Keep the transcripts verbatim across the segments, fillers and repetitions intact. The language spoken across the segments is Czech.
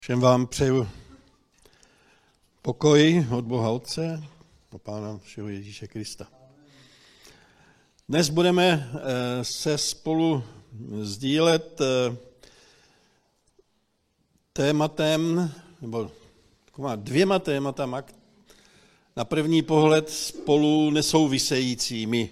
Všem vám přeju pokoj od Boha Otce, od Pána našeho Ježíše Krista. Dnes budeme se spolu sdílet tématem, nebo dvěma tématama, na první pohled spolu nesouvisejícími,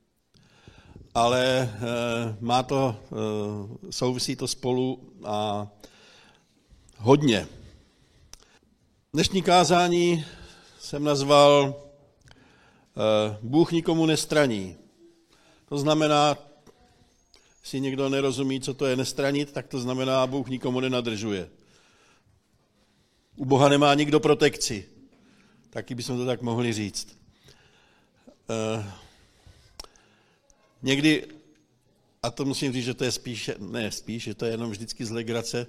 ale má to, souvisí to spolu a hodně. Dnešní kázání jsem nazval Bůh nikomu nestraní. To znamená, jestli někdo nerozumí, co to je nestranit, tak to znamená, Bůh nikomu nenadržuje. U Boha nemá nikdo protekci. Taky bychom to tak mohli říct. Někdy, a to musím říct, že to je spíš, ne spíš, že to je jenom vždycky z legrace,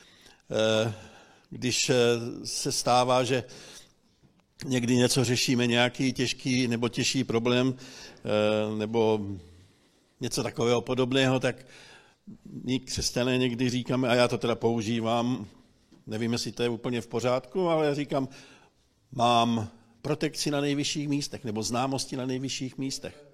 když se stává, že někdy něco řešíme, nějaký těžký nebo těžší problém, nebo něco takového podobného, tak my křesťané někdy říkáme, a já to teda používám, nevím, jestli to je úplně v pořádku, ale já říkám, mám protekci na nejvyšších místech, nebo známosti na nejvyšších místech.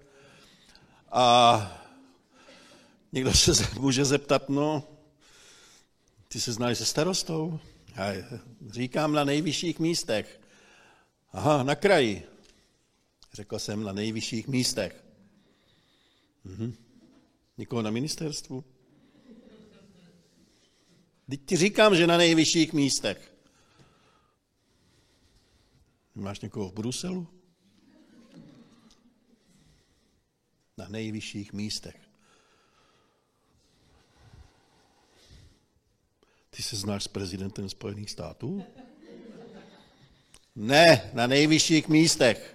A někdo se může zeptat, no, ty se znáš se starostou? Já říkám na nejvyšších místech. Aha, na kraji. Řekl jsem na nejvyšších místech. Mhm. Nikoho na ministerstvu? Teď ti říkám, že na nejvyšších místech. Máš někoho v Bruselu? Na nejvyšších místech. Ty se znáš s prezidentem Spojených států? Ne, na nejvyšších místech.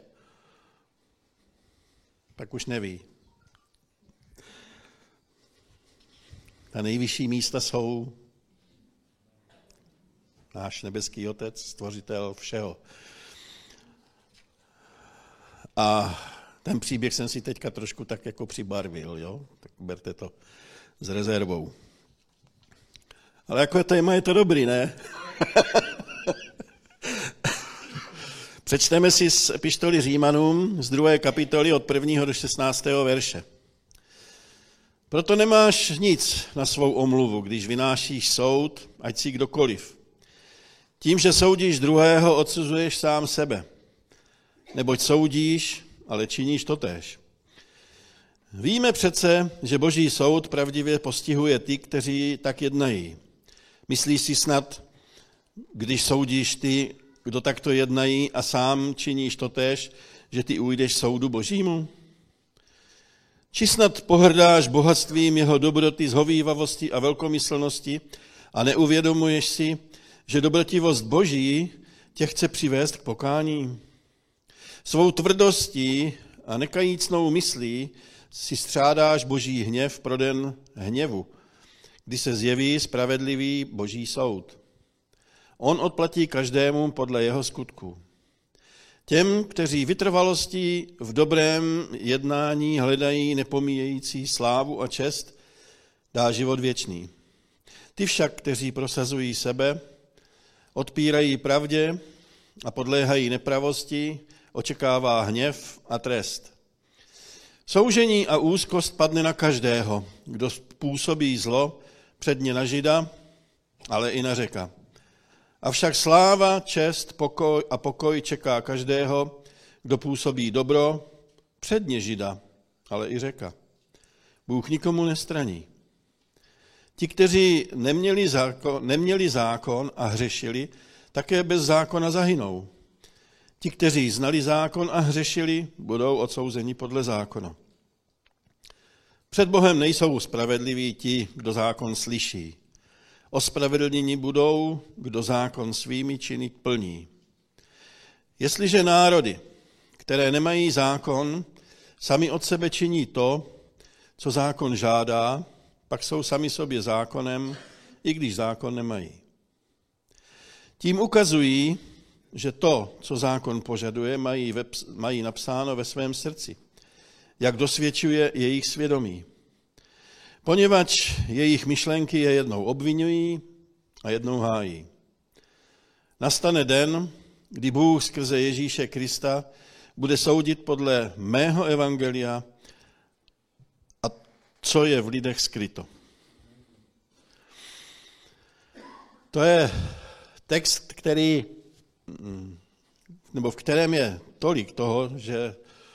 Tak už neví. Na nejvyšší místa jsou náš nebeský Otec, stvořitel všeho. A ten příběh jsem si teďka trošku tak jako přibarvil, jo? Tak berte to s rezervou. Ale jako téma je to dobrý, ne? Přečteme si z epištoly Římanům z druhé kapitoly od prvního do šestnáctého verše. Proto nemáš nic na svou omluvu, když vynášíš soud, ať si kdokoliv. Tím, že soudíš druhého, odsuzuješ sám sebe. Neboť soudíš, ale činíš totéž. Víme přece, že Boží soud pravdivě postihuje ty, kteří tak jednají. Myslíš si snad, když soudíš ty, kdo takto jednají a sám činíš totéž, že ty ujdeš soudu Božímu? Či snad pohrdáš bohatstvím jeho dobroty, zhovívavosti a velkomyslnosti a neuvědomuješ si, že dobrotivost Boží tě chce přivést k pokání? Svou tvrdostí a nekajícnou myslí si střádáš Boží hněv pro den hněvu, kdy se zjeví spravedlivý Boží soud. On odplatí každému podle jeho skutku. Těm, kteří vytrvalostí v dobrém jednání hledají nepomíjející slávu a čest, dá život věčný. Ty však, kteří prosazují sebe, odpírají pravdě a podléhají nepravosti, očekává hněv a trest. Soužení a úzkost padne na každého, kdo působí zlo, předně na Žida, ale i na Řeka. Avšak sláva, čest, pokoj a pokoj čeká každého, kdo působí dobro, předně Žida, ale i Řeka. Bůh nikomu nestraní. Ti, kteří neměli zákon, neměli zákon a hřešili, také bez zákona zahynou. Ti, kteří znali zákon a hřešili, budou odsouzeni podle zákona. Před Bohem nejsou spravedliví ti, kdo zákon slyší. Ospravedlněni budou, kdo zákon svými činy plní. Jestliže národy, které nemají zákon, sami od sebe činí to, co zákon žádá, pak jsou sami sobě zákonem, i když zákon nemají. Tím ukazují, že to, co zákon požaduje, mají, ve, mají napsáno ve svém srdci, jak dosvědčuje jejich svědomí. Poněvadž jejich myšlenky je jednou obvinují a jednou hájí. Nastane den, kdy Bůh skrze Ježíše Krista bude soudit podle mého evangelia a co je v lidech skryto. To je text, který, nebo v kterém je tolik toho, že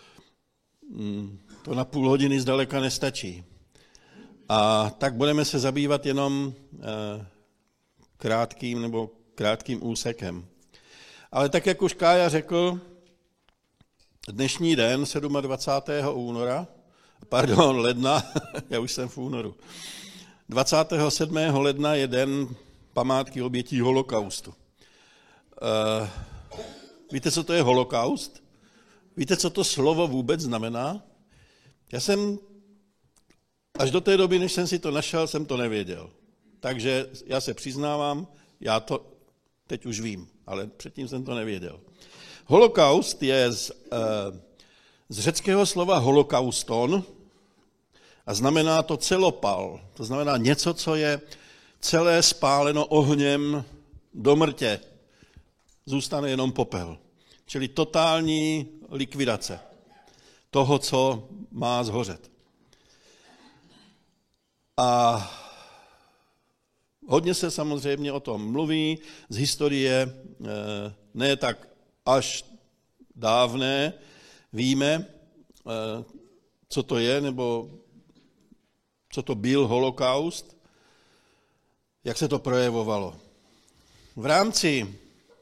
to na půl hodiny zdaleka nestačí. A tak budeme se zabývat jenom krátkým nebo krátkým úsekem. Ale tak, jak už Kája řekl, dnešní den, dvacátého sedmého února, pardon, ledna, já už jsem v únoru, dvacátého sedmého ledna je den památky obětí holokaustu. Uh, víte, co to je holokaust? Víte, co to slovo vůbec znamená? Já jsem, až do té doby, než jsem si to našel, jsem to nevěděl. Takže já se přiznávám, já to teď už vím, ale předtím jsem to nevěděl. Holokaust je z, z řeckého slova holokauston a znamená to celopal. To znamená něco, co je celé spáleno ohněm do mrtě. Zůstane jenom popel. Čili totální likvidace toho, co má zhořet. A hodně se samozřejmě o tom mluví, z historie ne tak až dávné víme, co to je, nebo co to byl holokaust, jak se to projevovalo. V rámci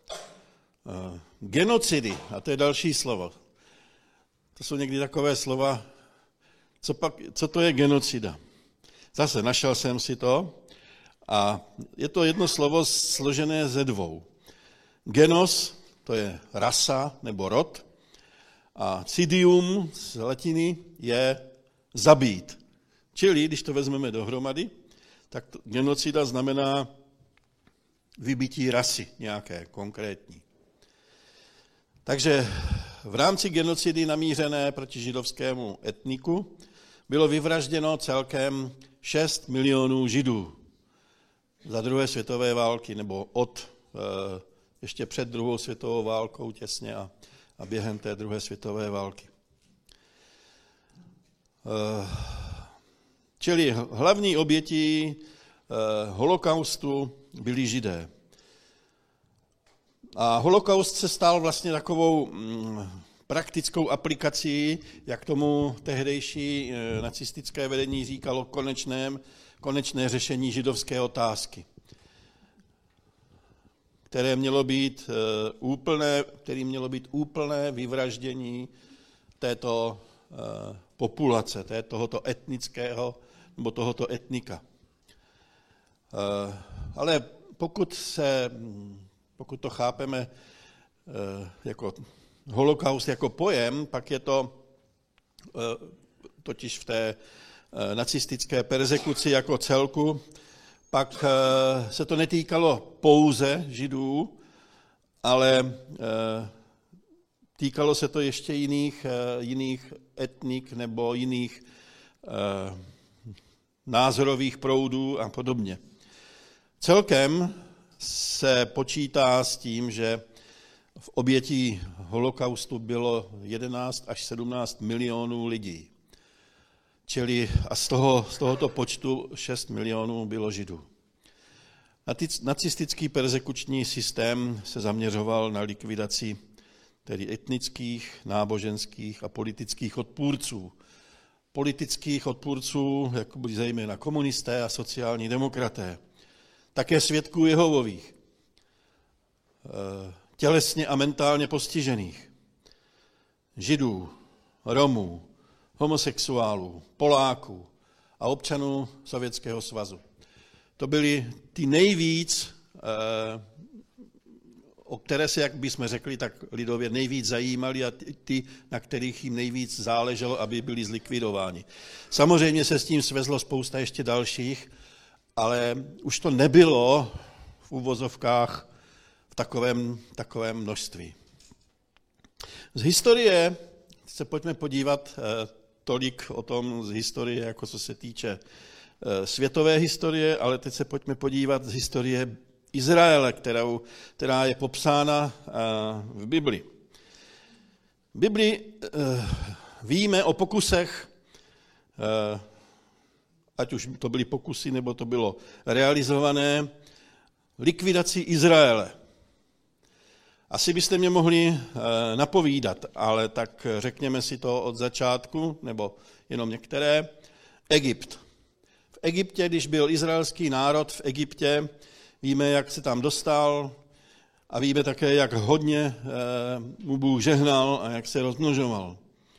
genocidy, a to je další slovo, to jsou někdy takové slova, co, pak, co to je genocida. Zase našel jsem si to a je to jedno slovo složené ze dvou. Genos, to je rasa nebo rod, a cidium z latiny je zabít. Čili, když to vezmeme dohromady, tak to, genocida znamená vybití rasy nějaké konkrétní. Takže v rámci genocidy namířené proti židovskému etniku bylo vyvražděno celkem šest milionů židů za druhé světové války, nebo od ještě před druhou světovou válkou těsně a, a během té druhé světové války. Čili hlavní obětí holokaustu byli židé. A holokaust se stal vlastně takovou praktickou aplikací, jak tomu tehdejší nacistické vedení říkalo, konečném, konečné řešení židovské otázky, které mělo být úplné, který mělo být úplné vyvraždění této populace, té, tohoto etnického nebo tohoto etnika. Ale pokud se, pokud to chápeme jako holokaust jako pojem, pak je to totiž v té nacistické perzekuci jako celku, pak se to netýkalo pouze židů, ale týkalo se to ještě jiných, jiných etnik nebo jiných názorových proudů a podobně. Celkem se počítá s tím, že v obětí holokaustu bylo jedenáct až sedmnáct milionů lidí. Čili a z, toho, z tohoto počtu šest milionů bylo židů. Nacistický perzekuční systém se zaměřoval na likvidaci tedy etnických, náboženských a politických odpůrců. Politických odpůrců, jako byli zejména komunisté a sociální demokraté. Také svědků Jehovových, tělesně a mentálně postižených, Židů, Romů, homosexuálů, Poláků a občanů Sovětského svazu. To byli ty nejvíc, o které se, jak bychom řekli, tak lidově nejvíc zajímali a ty, na kterých jim nejvíc záleželo, aby byli zlikvidováni. Samozřejmě se s tím svezlo spousta ještě dalších, ale už to nebylo v uvozovkách v takovém, takovém množství. Z historie se pojďme podívat tolik o tom z historie, jako co se týče světové historie, ale teď se pojďme podívat z historie Izraele, kterou, která je popsána v Bibli. V Bibli víme o pokusech, ať už to byly pokusy, nebo to bylo realizované, likvidaci Izraele. Asi byste mě mohli napovídat, ale tak řekněme si to od začátku, nebo jenom některé. Egypt. V Egyptě, když byl izraelský národ v Egyptě, víme, jak se tam dostal a víme také, jak hodně mu Bůh žehnal a jak se rozmnožoval.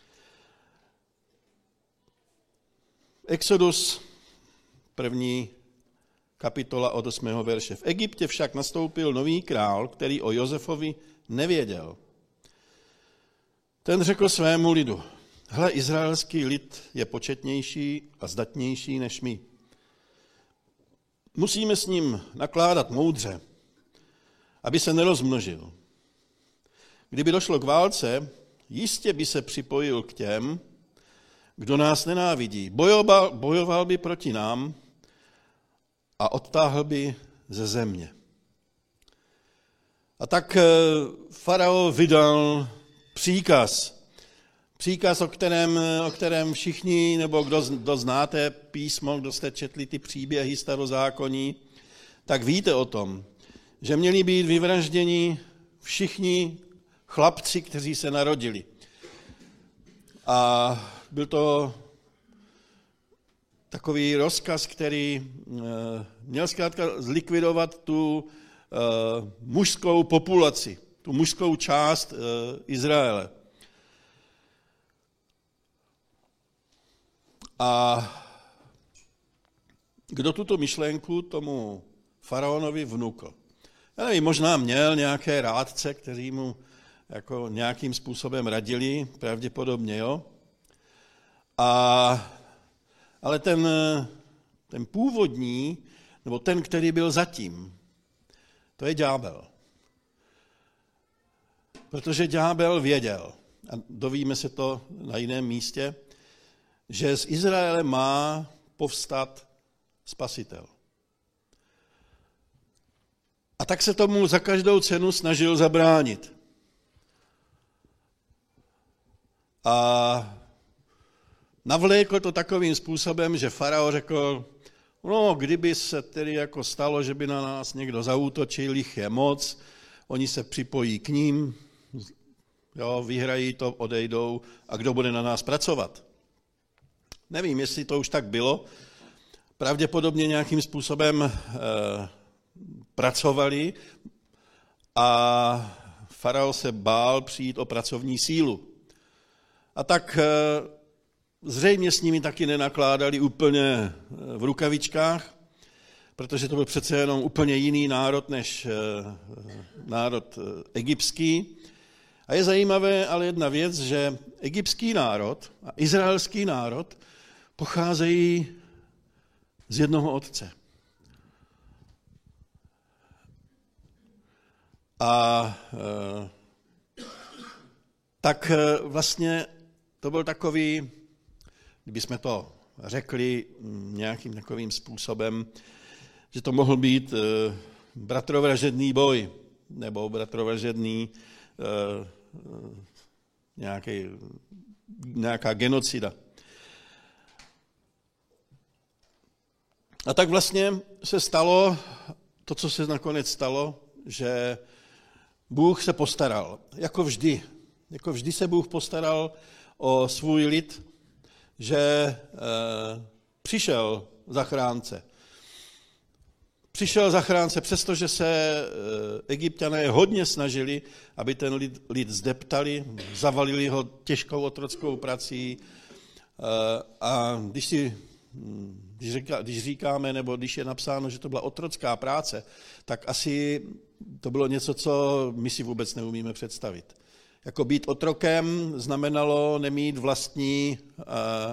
Exodus, první kapitola od osmého verše. V Egyptě však nastoupil nový král, který o Josefovi nevěděl. Ten řekl svému lidu: hle, izraelský lid je početnější a zdatnější než my. Musíme s ním nakládat moudře, aby se nerozmnožil. Kdyby došlo k válce, jistě by se připojil k těm, kdo nás nenávidí. Bojoval, bojoval by proti nám a odtáhl by ze země. A tak farao vydal příkaz. Příkaz, o kterém, o kterém všichni, nebo kdo, kdo znáte písmo, kdo jste četli ty příběhy starozákonní, tak víte o tom, že měli být vyvražděni všichni chlapci, kteří se narodili. A byl to takový rozkaz, který měl zkrátka zlikvidovat tu mužskou populaci, tu mužskou část Izraele. A kdo tuto myšlenku tomu faraonovi vnukl? Já nevím, možná měl nějaké rádce, kteří mu jako nějakým způsobem radili, pravděpodobně, jo. A, ale ten, ten původní, nebo ten, který byl zatím, to je ďábel. Protože ďábel věděl, a dovíme se to na jiném místě, že z Izraele má povstat spasitel. A tak se tomu za každou cenu snažil zabránit. A navlékl to takovým způsobem, že farao řekl, no, kdyby se tedy jako stalo, že by na nás někdo zaútočil, jich je moc, oni se připojí k ním, jo, vyhrají to, odejdou a kdo bude na nás pracovat? Nevím, jestli to už tak bylo. Pravděpodobně nějakým způsobem e, pracovali a farao se bál přijít o pracovní sílu. A tak e, zřejmě s nimi taky nenakládali úplně v rukavičkách, protože to byl přece jenom úplně jiný národ než e, národ egyptský. A je zajímavé ale jedna věc, že egyptský národ a izraelský národ pocházejí z jednoho otce. A e, tak e, vlastně to byl takový, kdybychom to řekli nějakým takovým způsobem, že to mohl být e, bratrovražedný boj, nebo bratrovražedný e, nějaký, nějaká genocida. A tak vlastně se stalo to, co se nakonec stalo, že Bůh se postaral, jako vždy. Jako vždy se Bůh postaral o svůj lid, že e, přišel zachránce. Přišel zachránce, přestože se e, Egypťané hodně snažili, aby ten lid, lid zdeptali, zavalili ho těžkou otrockou prací. E, a když si... Když, říká, když říkáme, nebo když je napsáno, že to byla otrocká práce, tak asi to bylo něco, co my si vůbec neumíme představit. Jako být otrokem znamenalo nemít vlastní uh,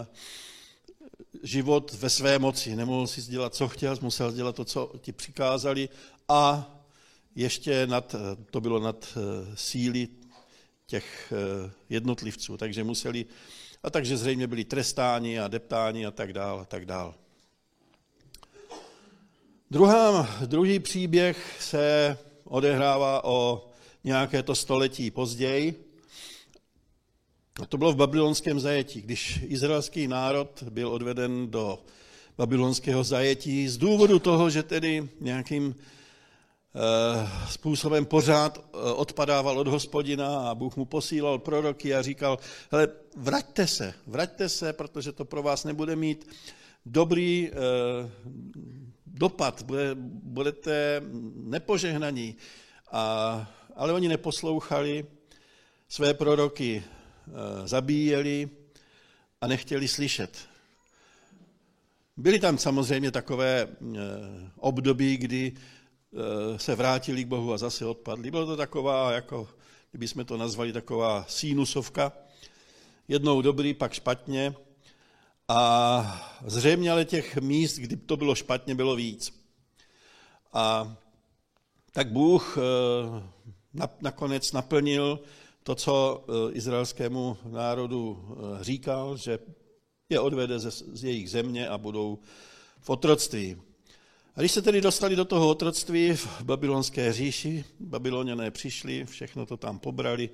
život ve své moci. Nemohl si dělat, co chtěl, musel dělat to, co ti přikázali a ještě nad, to bylo nad uh, síly těch uh, jednotlivců, takže museli, a takže zřejmě byli trestáni a deptáni a tak dál a tak dál. Druhá, druhý příběh se odehrává o nějaké to století později. A to bylo v babylonském zajetí, když izraelský národ byl odveden do babylonského zajetí z důvodu toho, že tedy nějakým e, způsobem pořád odpadával od Hospodina a Bůh mu posílal proroky a říkal, hele, vraťte se, vraťte se, protože to pro vás nebude mít dobrý e, dopad, bude, budete nepožehnaní. A, ale oni neposlouchali, své proroky e, zabíjeli a nechtěli slyšet. Byly tam samozřejmě takové e, období, kdy e, se vrátili k Bohu a zase odpadli. Bylo to taková, jako, kdybychom to nazvali, taková sinusovka. Jednou dobrý, pak špatně. A zřejmě ale těch míst, kdy to bylo špatně, bylo víc. A tak Bůh nakonec naplnil to, co izraelskému národu říkal, že je odvede z jejich země a budou v otroctví. A když se tedy dostali do toho otroctví v babylonské říši, Babyloniané přišli, všechno to tam pobrali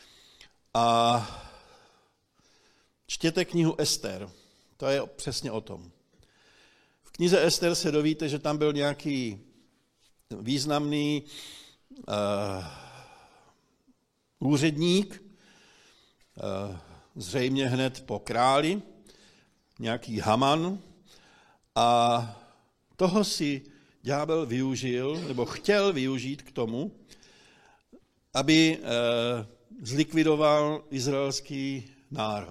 a čtěte knihu Ester. To je přesně o tom. V knize Ester se dovíte, že tam byl nějaký významný uh, úředník, uh, zřejmě hned po králi, nějaký Haman, a toho si ďábel využil, nebo chtěl využít k tomu, aby uh, zlikvidoval izraelský národ.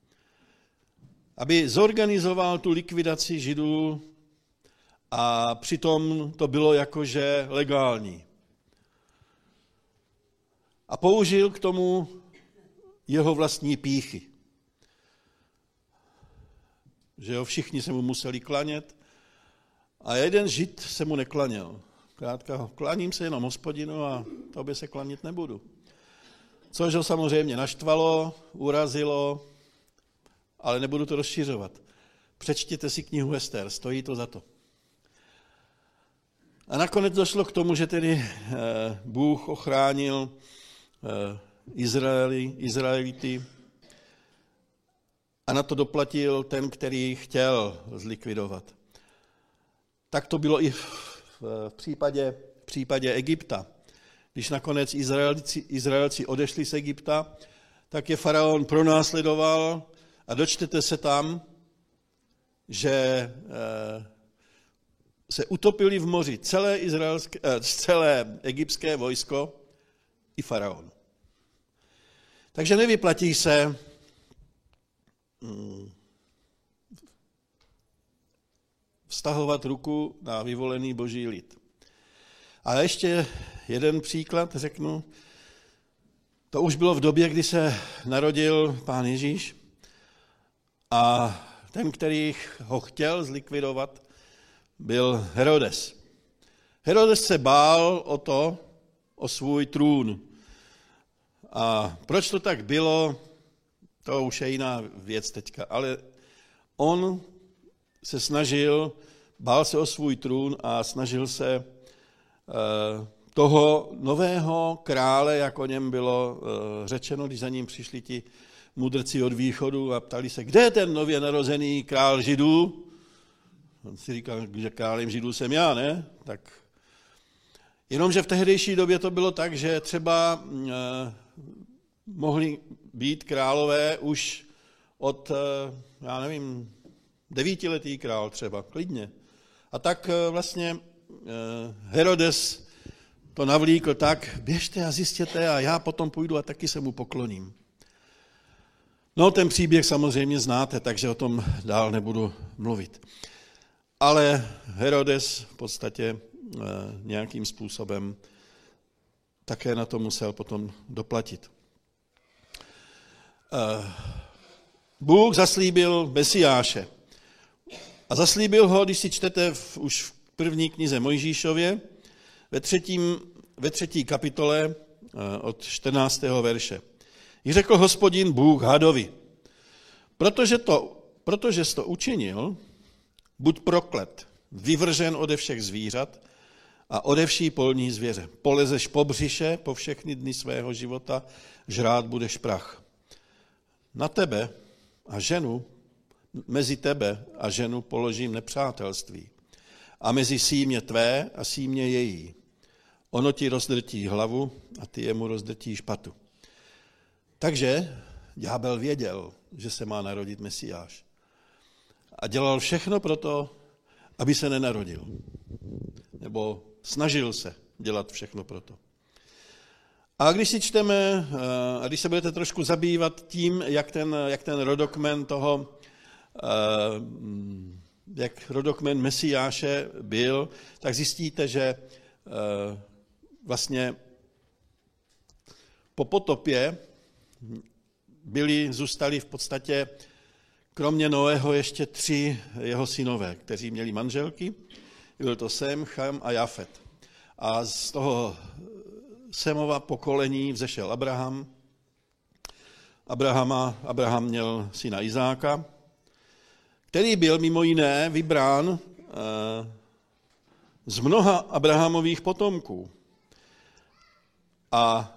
Aby zorganizoval tu likvidaci Židů a přitom to bylo jakože legální. A použil k tomu jeho vlastní pýchy. Že jo, všichni se mu museli klanět a jeden Žid se mu neklaněl. Krátka, klaním se jenom Hospodinu a tobě se klanit nebudu. Což ho samozřejmě naštvalo, urazilo, ale nebudu to rozšiřovat. Přečtěte si knihu Ester, stojí to za to. A nakonec došlo k tomu, že tedy Bůh ochránil Izraeli, Izraelity a na to doplatil ten, který chtěl zlikvidovat. Tak to bylo i v případě, v případě Egypta. Když nakonec Izraelci, Izraelci odešli z Egypta, tak je faraon pronásledoval a dočtete se tam, že se utopili v moři celé, izraelské, celé egyptské vojsko i faraon. Takže nevyplatí se vztahovat ruku na vyvolený boží lid. A ještě jeden příklad řeknu. To už bylo v době, kdy se narodil Pán Ježíš a ten, který ho chtěl zlikvidovat, byl Herodes. Herodes se bál o to, o svůj trůn. A proč to tak bylo, to už je jiná věc teďka, ale on se snažil, bál se o svůj trůn a snažil se toho nového krále, jak o něm bylo řečeno, když za ním přišli ti mudrci od východu a ptali se, kde je ten nově narozený král Židů? On si říkal, že králem Židů jsem já, ne? Tak jenomže v tehdejší době to bylo tak, že třeba eh, mohli být králové už od, eh, já nevím, devítiletý král třeba, klidně. A tak eh, vlastně eh, Herodes to navlíkl tak, běžte a zjistěte a já potom půjdu a taky se mu pokloním. No, ten příběh samozřejmě znáte, takže o tom dál nebudu mluvit. Ale Herodes v podstatě e, nějakým způsobem také na to musel potom doplatit. E, Bůh zaslíbil Mesiáše. A zaslíbil ho, když si čtete v, už v první knize Mojžíšově, ve, třetím, ve třetí kapitole e, od čtrnáctého verše. I řekl Hospodin Bůh hadovi, protože, to, protože jsi to učinil, buď proklet, vyvržen ode všech zvířat a ode vší polní zvěře. Polezeš po břiše po všechny dny svého života, žrát budeš prach. Na tebe a ženu, mezi tebe a ženu položím nepřátelství. A mezi símě tvé a símě její. Ono ti rozdrtí hlavu a ty jemu rozdrtíš patu. Takže ďábel věděl, že se má narodit Mesiáš. A dělal všechno pro to, aby se nenarodil. Nebo snažil se dělat všechno pro to. A když si čteme, a když se budete trošku zabývat tím, jak ten, jak ten rodokmen toho, jak rodokmen Mesiáše byl, tak zjistíte, že vlastně po potopě byli, zůstali v podstatě kromě Noého ještě tři jeho synové, kteří měli manželky. Byl to Sem, Cham a Jafet. A z toho Semova pokolení vzešel Abraham. Abrahama, Abraham měl syna Izáka, který byl mimo jiné vybrán z mnoha Abrahamových potomků. A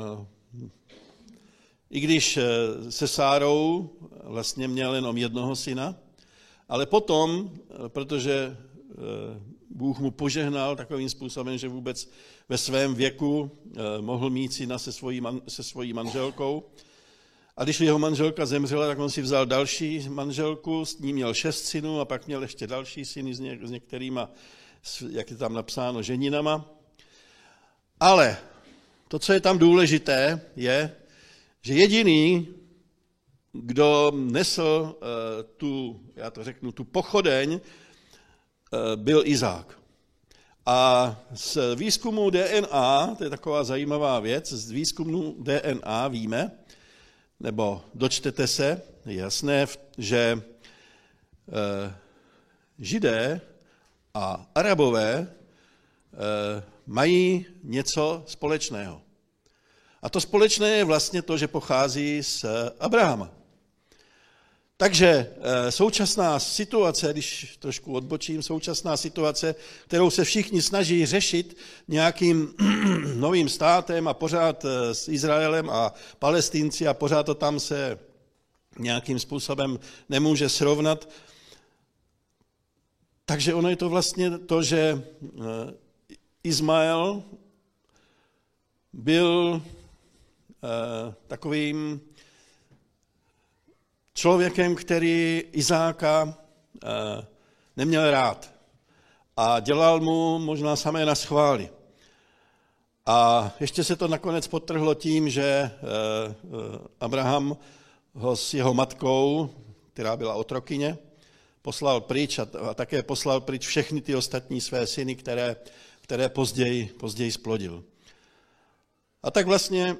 i když se Sárou vlastně měl jenom jednoho syna, ale potom, protože Bůh mu požehnal takovým způsobem, že vůbec ve svém věku mohl mít syna se svojí, se svojí manželkou. A když jeho manželka zemřela, tak on si vzal další manželku, s ní měl šest synů a pak měl ještě další syny s, něk- s některýma, jak je tam napsáno, ženinama. Ale to, co je tam důležité, je, že jediný, kdo nesl uh, tu, já to řeknu, tu pochodeň, uh, byl Izák. A z výzkumu D N A, to je taková zajímavá věc, z výzkumu D N A víme, nebo dočtete se, je jasné, že uh, Židé a Arabové uh, mají něco společného. A to společné je vlastně to, že pochází z Abrahama. Takže současná situace, když trošku odbočím, současná situace, kterou se všichni snaží řešit nějakým novým státem a pořád s Izraelem a Palestinci a pořád to tam se nějakým způsobem nemůže srovnat. Takže ono je to vlastně to, že Izmael byl takovým člověkem, který Izáka neměl rád a dělal mu možná samé naschvály. A ještě se to nakonec podtrhlo tím, že Abraham ho s jeho matkou, která byla otrokyně, poslal pryč a také poslal pryč všechny ty ostatní své syny, které, které později, později splodil. A tak vlastně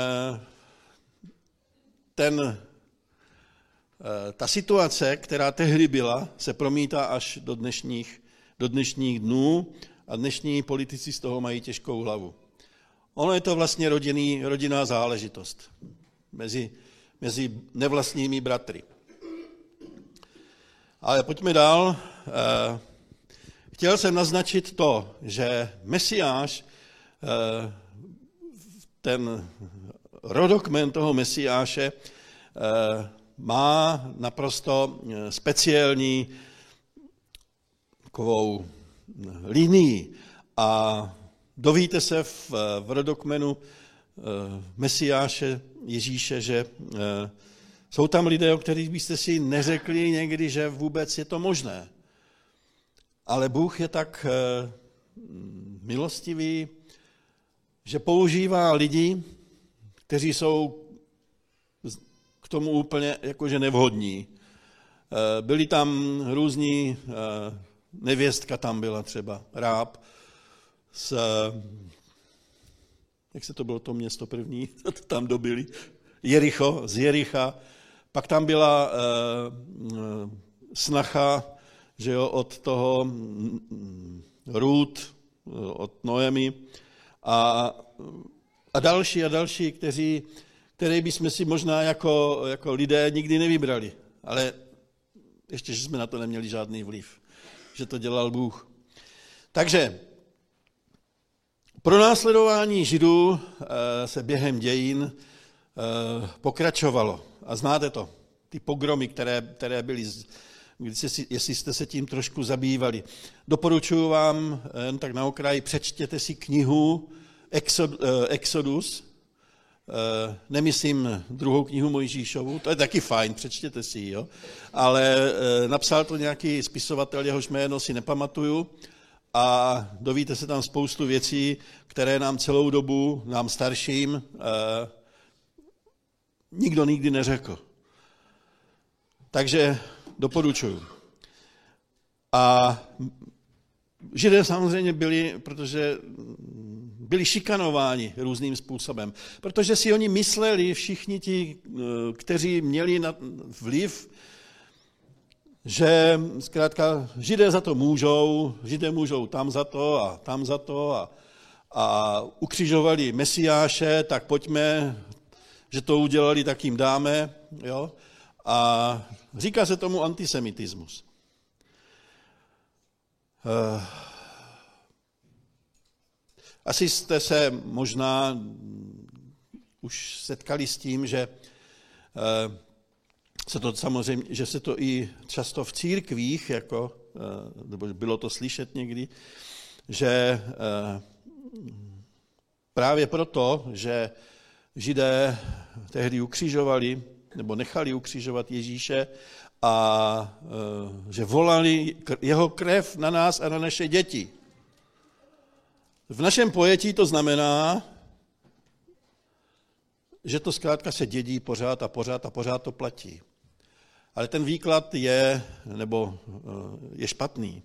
ten, ta situace, která tehdy byla, se promítá až do dnešních, do dnešních dnů a dnešní politici z toho mají těžkou hlavu. Ono je to vlastně rodinný, rodinná záležitost mezi, mezi nevlastními bratry. Ale pojďme dál. Chtěl jsem naznačit to, že Mesiáš, ten rodokmen toho Mesiáše, má naprosto speciální takovou linii. A dovíte se v, v rodokmenu Mesiáše Ježíše, že jsou tam lidé, o kterých byste si neřekli někdy, že vůbec je to možné. Ale Bůh je tak milostivý, že používá lidi, kteří jsou k tomu úplně jakože nevhodní. Byli tam různí, nevěstka tam byla třeba, Ráb, z, jak se to bylo to město první, tam dobili, Jericho, z Jericha, pak tam byla snacha, že jo, od toho Rút, od Noemi, A, a další a další, kteří, které bychom si možná jako, jako lidé nikdy nevybrali. Ale ještě, že jsme na to neměli žádný vliv. že to dělal Bůh. Takže pronásledování Židů se během dějin pokračovalo. A znáte to, ty pogromy, které, které byly, jestli jste se tím trošku zabývali. Doporučuji vám, jen tak na okraji, přečtěte si knihu Exodus, nemyslím druhou knihu Mojžíšovu, to je taky fajn, přečtěte si ji, jo? Ale napsal to nějaký spisovatel, jehož jméno si nepamatuju, a dovíte se tam spoustu věcí, které nám celou dobu, nám starším, eh, nikdo nikdy neřekl. Takže doporučuju. A Židé samozřejmě byli, protože byli šikanováni různým způsobem, protože si oni mysleli, všichni ti, kteří měli vliv, že zkrátka Židé za to můžou, Židé můžou tam za to a tam za to a, a ukřižovali Mesiáše, tak pojďme, že to udělali, tak jim dáme. Jo? A říká se tomu antisemitismus. Asi jste se možná už setkali s tím, že se to samozřejmě, že se to i často v církvích, jako, nebo bylo to slyšet někdy, že právě proto, že Židé tehdy ukřižovali, nebo nechali ukřižovat Ježíše a že volali jeho krev na nás a na naše děti. V našem pojetí to znamená, že to zkrátka se dědí pořád a pořád a pořád to platí. Ale ten výklad je, nebo je špatný.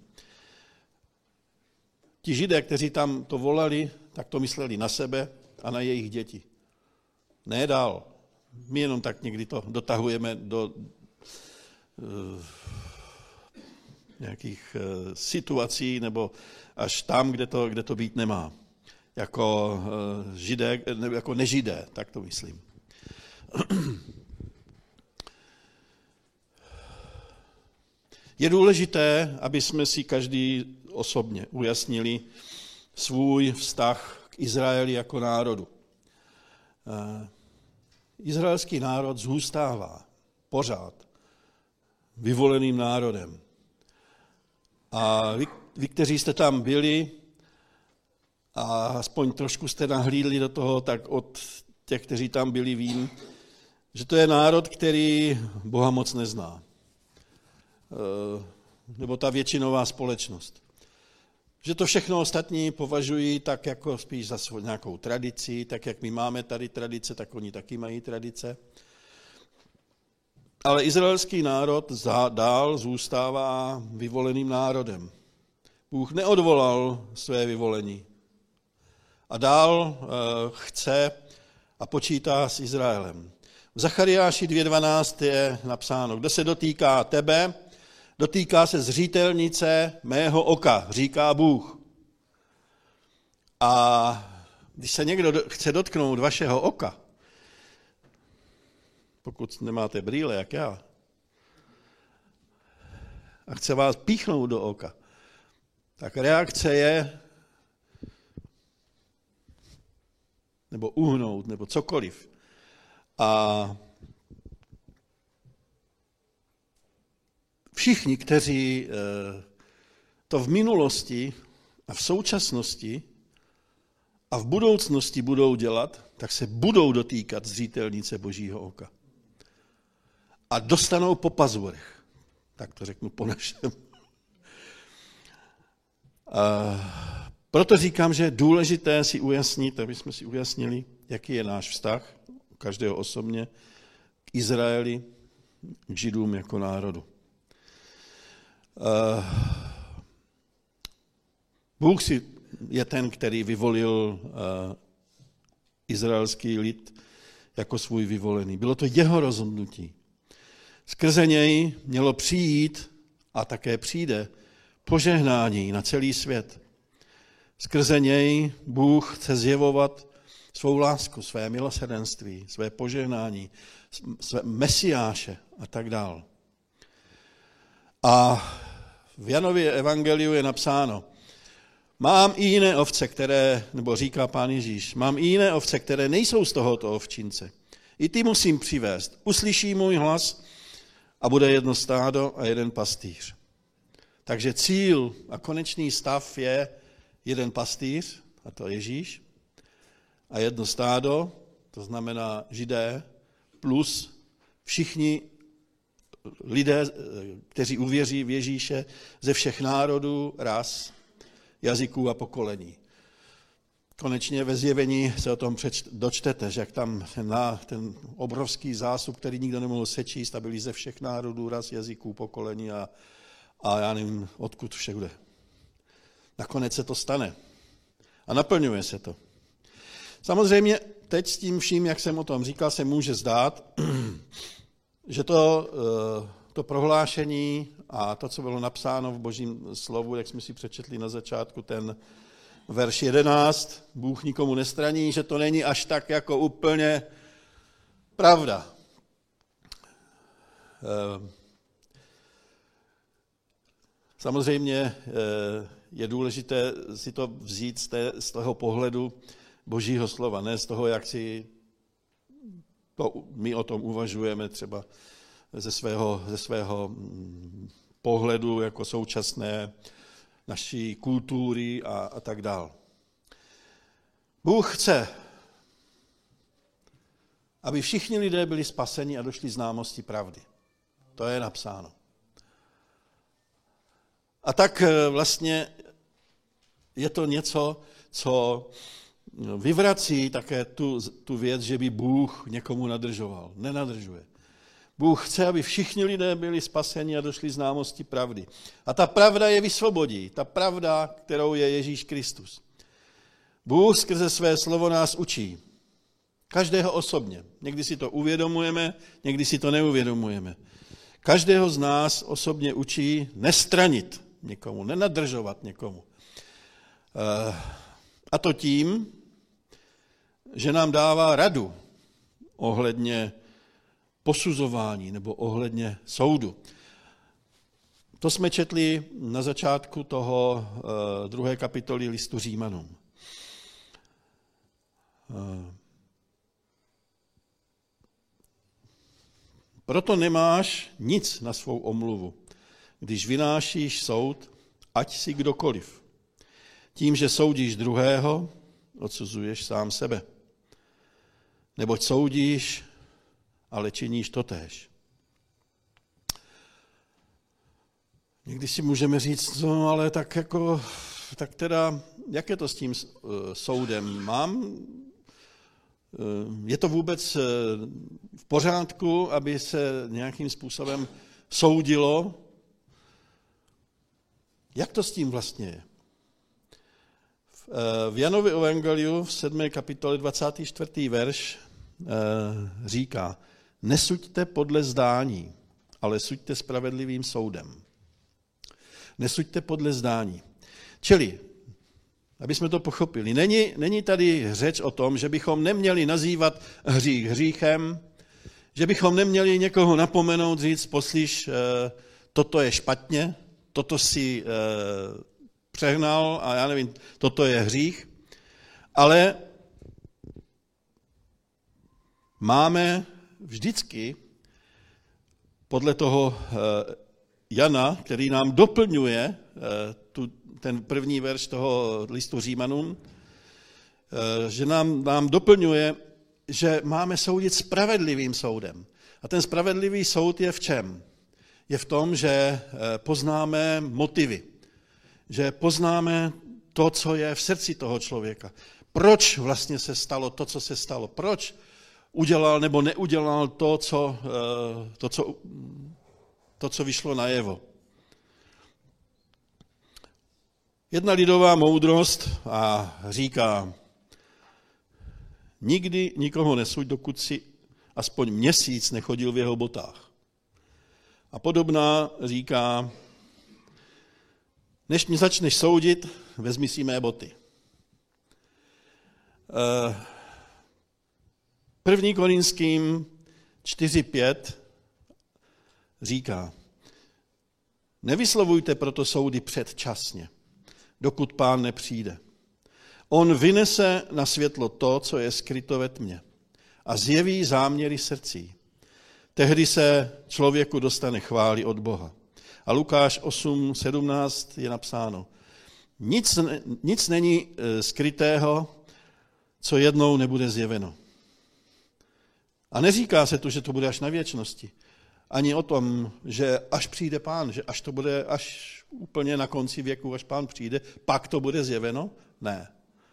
Ti Židé, kteří tam to volali, tak to mysleli na sebe a na jejich děti. Ne dál. My jenom tak někdy to dotahujeme do uh, nějakých uh, situací, nebo až tam, kde to, kde to být nemá. Jako uh, Židé, nebo jako nežidé, tak to myslím. Je důležité, aby jsme si každý osobně ujasnili svůj vztah k Izraeli jako národu. Izraelský národ zůstává pořád vyvoleným národem. A vy, vy, kteří jste tam byli a aspoň trošku jste nahlídli do toho, tak od těch, kteří tam byli, vím, že to je národ, který Boha moc nezná. Nebo ta většinová společnost. Že to všechno ostatní považují tak jako spíš za svou nějakou tradici, tak jak my máme tady tradice, tak oni taky mají tradice. Ale izraelský národ dál zůstává vyvoleným národem. Bůh neodvolal své vyvolení. A dál chce a počítá s Izraelem. V Zachariáši dvě dvanáct je napsáno, kdo se dotýká tebe, dotýká se zřetelnice mého oka, říká Bůh. A když se někdo chce dotknout vašeho oka, pokud nemáte brýle, jak já, a chce vás píchnout do oka, tak reakce je, nebo uhnout, nebo cokoliv. A všichni, kteří to v minulosti a v současnosti a v budoucnosti budou dělat, tak se budou dotýkat zřetelnice Božího oka. A dostanou po pazurech. Tak to řeknu po našem. A proto říkám, že je důležité si ujasnit, aby jsme si ujasnili, jaký je náš vztah, každého osobně, k Izraeli, k Židům jako národu. Uh, Bůh si je ten, který vyvolil uh, izraelský lid jako svůj vyvolený. Bylo to jeho rozhodnutí. Skrze něj mělo přijít a také přijde požehnání na celý svět. Skrze něj Bůh chce zjevovat svou lásku, své milosrdenství, své požehnání, své mesiáše a tak dále. A v Janově evangeliu je napsáno, mám i jiné ovce, které, nebo říká Pán Ježíš, mám i jiné ovce, které nejsou z tohoto ovčince. I ty musím přivést. Uslyší můj hlas a bude jedno stádo a jeden pastýř. Takže cíl a konečný stav je jeden pastýř, a to Ježíš, a jedno stádo, to znamená Židé, plus všichni lidé, kteří uvěří v Ježíše ze všech národů, ras, jazyků a pokolení. Konečně ve Zjevení se o tom dočtete, že jak tam ten, ten obrovský zástup, který nikdo nemohl sečíst, a byli ze všech národů, ras, jazyků, pokolení a, a já nevím, odkud všude. Nakonec se to stane. A naplňuje se to. Samozřejmě teď s tím vším, jak jsem o tom říkal, se může zdát, že to, to prohlášení a to, co bylo napsáno v Božím slovu, jak jsme si přečetli na začátku ten verš jedenáct, Bůh nikomu nestraní, že to není až tak jako úplně pravda. Samozřejmě je důležité si to vzít z, té, z toho pohledu Božího slova, ne z toho, jak si to, my o tom uvažujeme třeba ze svého, ze svého pohledu jako současné naší kultury a, a tak dál. Bůh chce, aby všichni lidé byli spaseni a došli známosti pravdy. To je napsáno. A tak vlastně je to něco, co vyvrací také tu, tu věc, že by Bůh někomu nadržoval. Nenadržuje. Bůh chce, aby všichni lidé byli spaseni a došli známosti pravdy. A ta pravda je vysvobodí. Ta pravda, kterou je Ježíš Kristus. Bůh skrze své slovo nás učí. Každého osobně. Někdy si to uvědomujeme, někdy si to neuvědomujeme. Každého z nás osobně učí nestranit někomu, nenadržovat někomu. A to tím, že nám dává radu ohledně posuzování nebo ohledně soudu. To jsme četli na začátku toho druhé kapitoly listu Římanům. Proto nemáš nic na svou omluvu, když vynášíš soud, ať si kdokoliv. Tím, že soudíš druhého, odsuzuješ sám sebe. Neboť soudíš, ale činíš totéž. Někdy si můžeme říct, no ale tak jako, tak teda, jak je to s tím soudem? Mám, je to vůbec v pořádku, aby se nějakým způsobem soudilo? Jak to s tím vlastně je? V Janově evangeliu v sedmé kapitole dvacátý čtvrtý verš říká, nesuďte podle zdání, ale suďte spravedlivým soudem. Nesuďte podle zdání. Čili, aby jsme to pochopili, není, není tady řeč o tom, že bychom neměli nazývat hřích hříchem, že bychom neměli někoho napomenout, říct, poslyš, toto je špatně, toto si přehnal a já nevím, toto je hřích, ale máme vždycky podle toho Jana, který nám doplňuje tu, ten první verš toho listu Římanům, že nám, nám doplňuje, že máme soudit spravedlivým soudem. A ten spravedlivý soud je v čem? Je v tom, že poznáme motivy, že poznáme to, co je v srdci toho člověka. Proč vlastně se stalo to, co se stalo? Proč udělal nebo neudělal to, co, to, co, to, co vyšlo najevo? Jedna lidová moudrost a říká, nikdy nikoho nesuď, dokud si aspoň měsíc nechodil v jeho botách. A podobná říká, než mě začneš soudit, vezmi si mé boty. První Korinským čtyři pět říká, Nevyslovujte proto soudy předčasně, dokud Pán nepřijde. On vynese na světlo to, co je skryto ve tmě a zjeví záměry srdcí. Tehdy se člověku dostane chvály od Boha. A Lukáš osm sedmnáct je napsáno, nic, nic není skrytého, co jednou nebude zjeveno. A neříká se tu, že to bude až na věčnosti. Ani o tom, že až přijde Pán, že až to bude až úplně na konci věku, až Pán přijde, pak to bude zjeveno? Ne.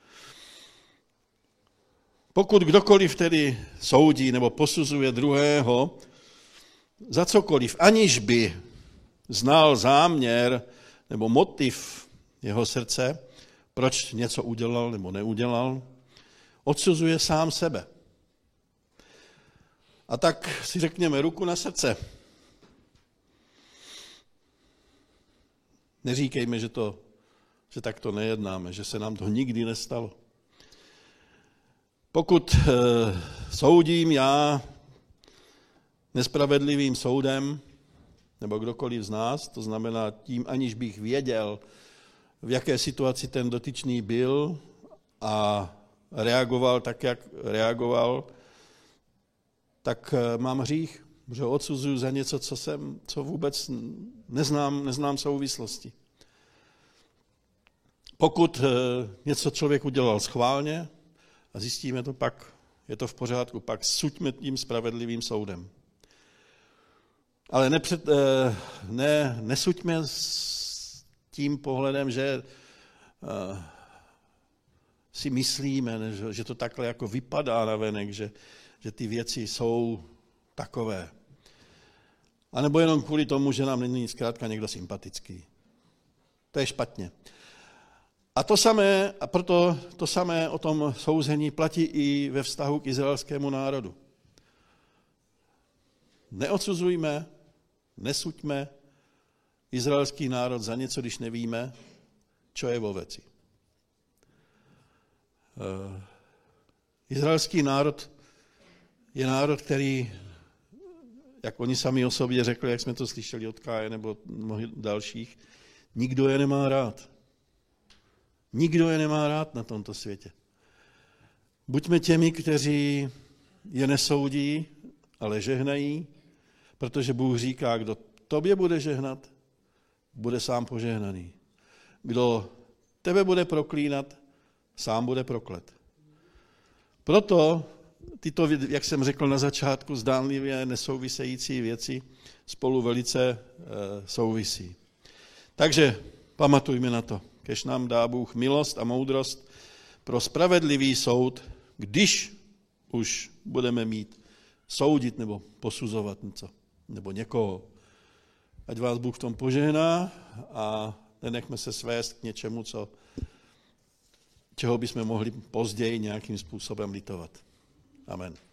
Pokud kdokoliv tedy soudí nebo posuzuje druhého za cokoliv, aniž by znal záměr nebo motiv jeho srdce, proč něco udělal nebo neudělal, odsuzuje sám sebe. A tak si řekněme ruku na srdce. Neříkejme, že, to, že tak to nejednáme, že se nám to nikdy nestalo. Pokud e, soudím já nespravedlivým soudem, nebo kdokoliv z nás, to znamená tím, aniž bych věděl, v jaké situaci ten dotyčný byl a reagoval tak, jak reagoval, tak mám hřích, že ho odsuzuju za něco, co jsem, co vůbec neznám, neznám souvislosti. Pokud něco člověk udělal schválně a zjistíme to pak, je to v pořádku, pak suďme tím spravedlivým soudem. Ale nepřed, ne, nesuďme s tím pohledem, že si myslíme, že, že to takhle jako vypadá navenek, že, že ty věci jsou takové. A nebo jenom kvůli tomu, že nám není zkrátka někdo sympatický. To je špatně. A to samé, a proto to samé o tom souzení platí i ve vztahu k izraelskému národu. Neodsuzujme, nesuďme izraelský národ za něco, když nevíme, čo je vo veci. Uh, izraelský národ je národ, který, jak oni sami o sobě řekli, jak jsme to slyšeli od Káje nebo mnohých dalších, nikdo je nemá rád. Nikdo je nemá rád na tomto světě. Buďme těmi, kteří je nesoudí, ale žehnají, protože Bůh říká, kdo tobě bude žehnat, bude sám požehnaný. Kdo tebe bude proklínat, sám bude proklet. Proto tyto, jak jsem řekl na začátku, zdánlivě nesouvisející věci spolu velice e, souvisí. Takže pamatujme na to, kež nám dá Bůh milost a moudrost pro spravedlivý soud, když už budeme mít soudit nebo posuzovat něco, nebo někoho. Ať vás Bůh v tom požehná a nenechme se svést k něčemu, co, čeho bychom mohli později nějakým způsobem litovat. Amen.